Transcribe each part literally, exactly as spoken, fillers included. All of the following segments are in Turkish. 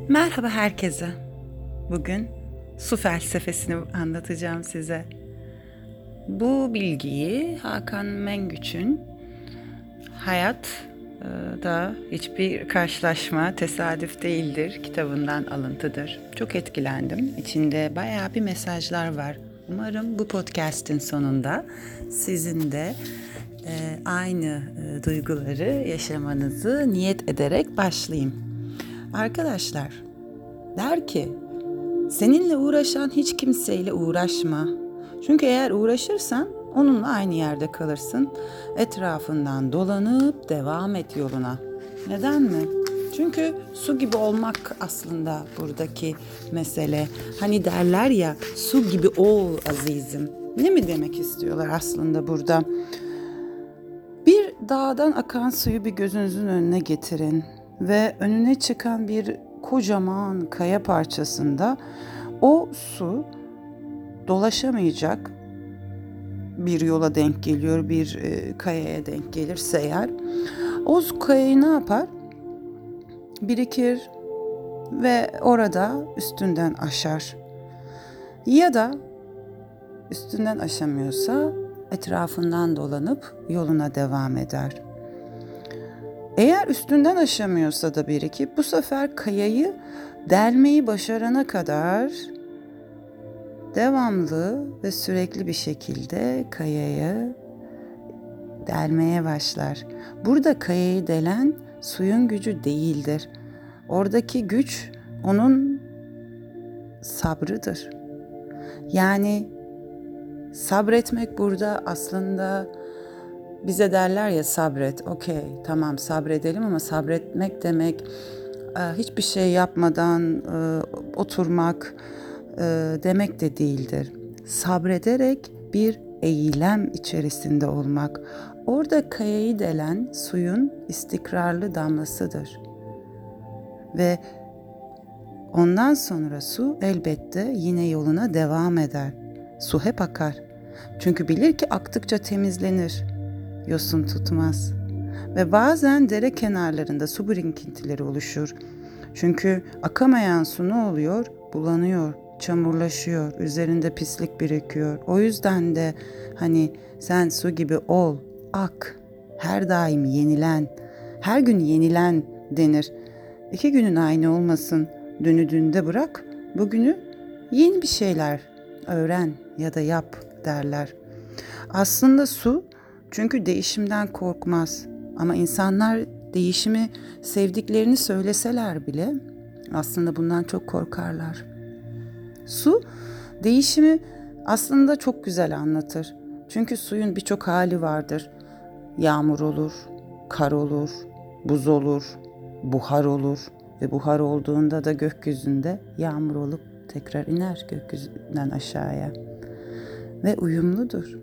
Merhaba herkese. Bugün su felsefesini anlatacağım size. Bu bilgiyi Hakan Mengüç'ün Hayat e, da hiçbir karşılaşma tesadüf değildir kitabından alıntıdır. Çok etkilendim. İçinde bayağı bir mesajlar var. Umarım bu podcast'in sonunda sizin de e, aynı e, duyguları yaşamanızı niyet ederek başlayayım. Arkadaşlar, der ki, seninle uğraşan hiç kimseyle uğraşma. Çünkü eğer uğraşırsan onunla aynı yerde kalırsın. Etrafından dolanıp devam et yoluna. Neden mi? Çünkü su gibi olmak aslında buradaki mesele. Hani derler ya, su gibi ol azizim. Ne mi demek istiyorlar aslında burada? Bir dağdan akan suyu bir gözünüzün önüne getirin ve önüne çıkan bir kocaman kaya parçasında o su dolaşamayacak bir yola denk geliyor, bir e, kayaya denk gelirse eğer, o kayayı ne yapar? Birikir ve orada üstünden aşar. Ya da üstünden aşamıyorsa etrafından dolanıp yoluna devam eder. Eğer üstünden aşamıyorsa da birikip bu sefer kayayı delmeyi başarana kadar devamlı ve sürekli bir şekilde kayayı delmeye başlar. Burada kayayı delen suyun gücü değildir. Oradaki güç onun sabrıdır. Yani sabretmek burada aslında bize derler ya, sabret. Okey, tamam sabredelim ama sabretmek demek hiçbir şey yapmadan oturmak demek de değildir. Sabrederek bir eylem içerisinde olmak. Orada kayayı delen suyun istikrarlı damlasıdır. Ve ondan sonra su elbette yine yoluna devam eder. Su hep akar. Çünkü bilir ki aktıkça temizlenir. Yosun tutmaz. Ve bazen dere kenarlarında su birikintileri oluşur. Çünkü akamayan su ne oluyor? Bulanıyor, çamurlaşıyor, üzerinde pislik birikiyor. O yüzden de hani sen su gibi ol, ak, her daim yenilen, her gün yenilen denir. İki günün aynı olmasın, dünü dünde bırak, bugünü yeni bir şeyler öğren ya da yap derler. Aslında su çünkü değişimden korkmaz. Ama insanlar değişimi sevdiklerini söyleseler bile aslında bundan çok korkarlar. Su değişimi aslında çok güzel anlatır. Çünkü suyun birçok hali vardır. Yağmur olur, kar olur, buz olur, buhar olur ve buhar olduğunda da gökyüzünde yağmur olup tekrar iner gökyüzünden aşağıya. Ve uyumludur.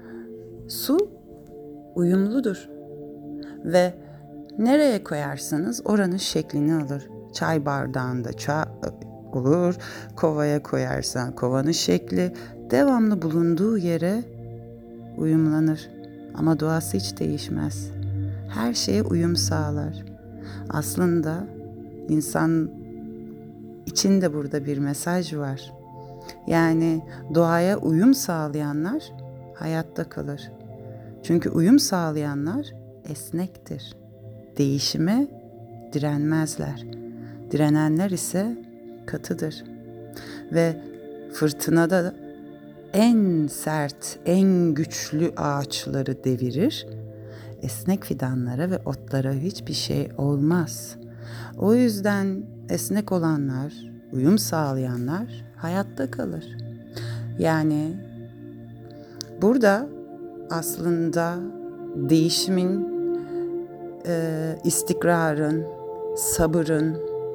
Su uyumludur ve nereye koyarsanız oranın şeklini alır. Çay bardağında çay olur, kovaya koyarsan kovanın şekli devamlı bulunduğu yere uyumlanır. Ama doğası hiç değişmez. Her şeye uyum sağlar. Aslında insan için de burada bir mesaj var. Yani doğaya uyum sağlayanlar hayatta kalır. Çünkü uyum sağlayanlar esnektir. Değişime direnmezler. Direnenler ise katıdır. Ve fırtınada en sert, en güçlü ağaçları devirir. Esnek fidanlara ve otlara hiçbir şey olmaz. O yüzden esnek olanlar, uyum sağlayanlar hayatta kalır. Yani burada aslında değişimin, e, istikrarın, sabırın,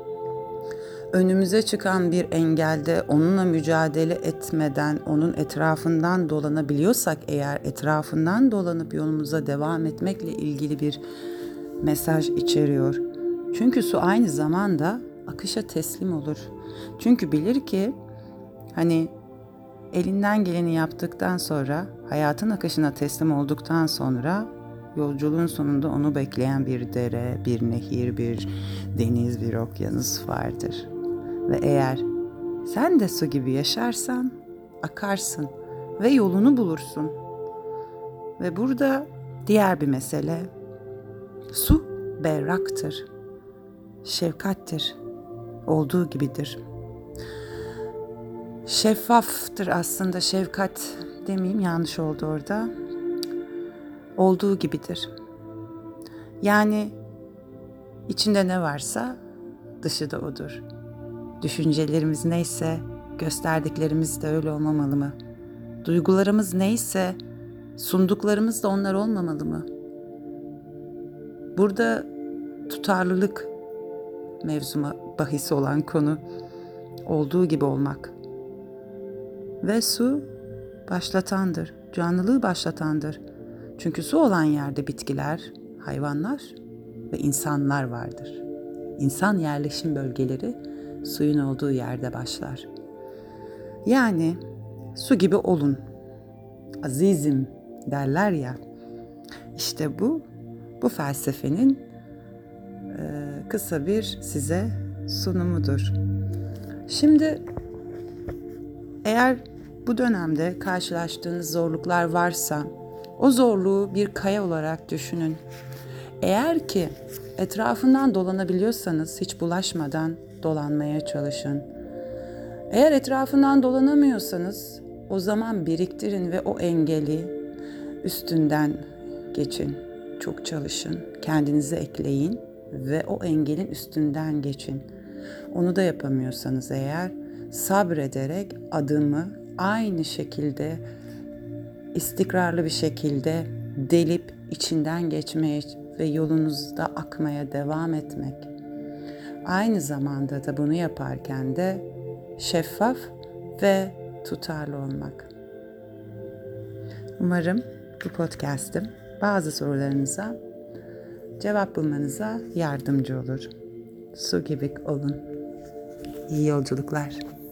önümüze çıkan bir engelde onunla mücadele etmeden onun etrafından dolanabiliyorsak eğer, etrafından dolanıp yolumuza devam etmekle ilgili bir mesaj içeriyor. Çünkü su aynı zamanda akışa teslim olur. Çünkü bilir ki hani elinden geleni yaptıktan sonra, hayatın akışına teslim olduktan sonra yolculuğun sonunda onu bekleyen bir dere, bir nehir, bir deniz, bir okyanus vardır. Ve eğer sen de su gibi yaşarsan akarsın ve yolunu bulursun. Ve burada diğer bir mesele, su berraktır, şefkattir, olduğu gibidir. Şeffaftır aslında, şefkat demeyeyim, yanlış oldu orada. Olduğu gibidir. Yani içinde ne varsa dışı da odur. Düşüncelerimiz neyse gösterdiklerimiz de öyle olmamalı mı? Duygularımız neyse sunduklarımız da onlar olmamalı mı? Burada tutarlılık mevzuma bahis olan konu, olduğu gibi olmak. Ve su başlatandır, canlılığı başlatandır. Çünkü su olan yerde bitkiler, hayvanlar ve insanlar vardır. İnsan yerleşim bölgeleri suyun olduğu yerde başlar. Yani su gibi olun, azizim derler ya. İşte bu, bu felsefenin e, kısa bir size sunumudur. Şimdi eğer bu dönemde karşılaştığınız zorluklar varsa, o zorluğu bir kaya olarak düşünün. Eğer ki etrafından dolanabiliyorsanız hiç bulaşmadan dolanmaya çalışın. Eğer etrafından dolanamıyorsanız o zaman biriktirin ve o engeli üstünden geçin. Çok çalışın, kendinize ekleyin ve o engelin üstünden geçin. Onu da yapamıyorsanız eğer sabrederek adımı aynı şekilde istikrarlı bir şekilde delip içinden geçmeye ve yolunuzda akmaya devam etmek. Aynı zamanda da bunu yaparken de şeffaf ve tutarlı olmak. Umarım bu podcast'im bazı sorularınıza cevap bulmanıza yardımcı olur. Su gibi olun. İyi yolculuklar.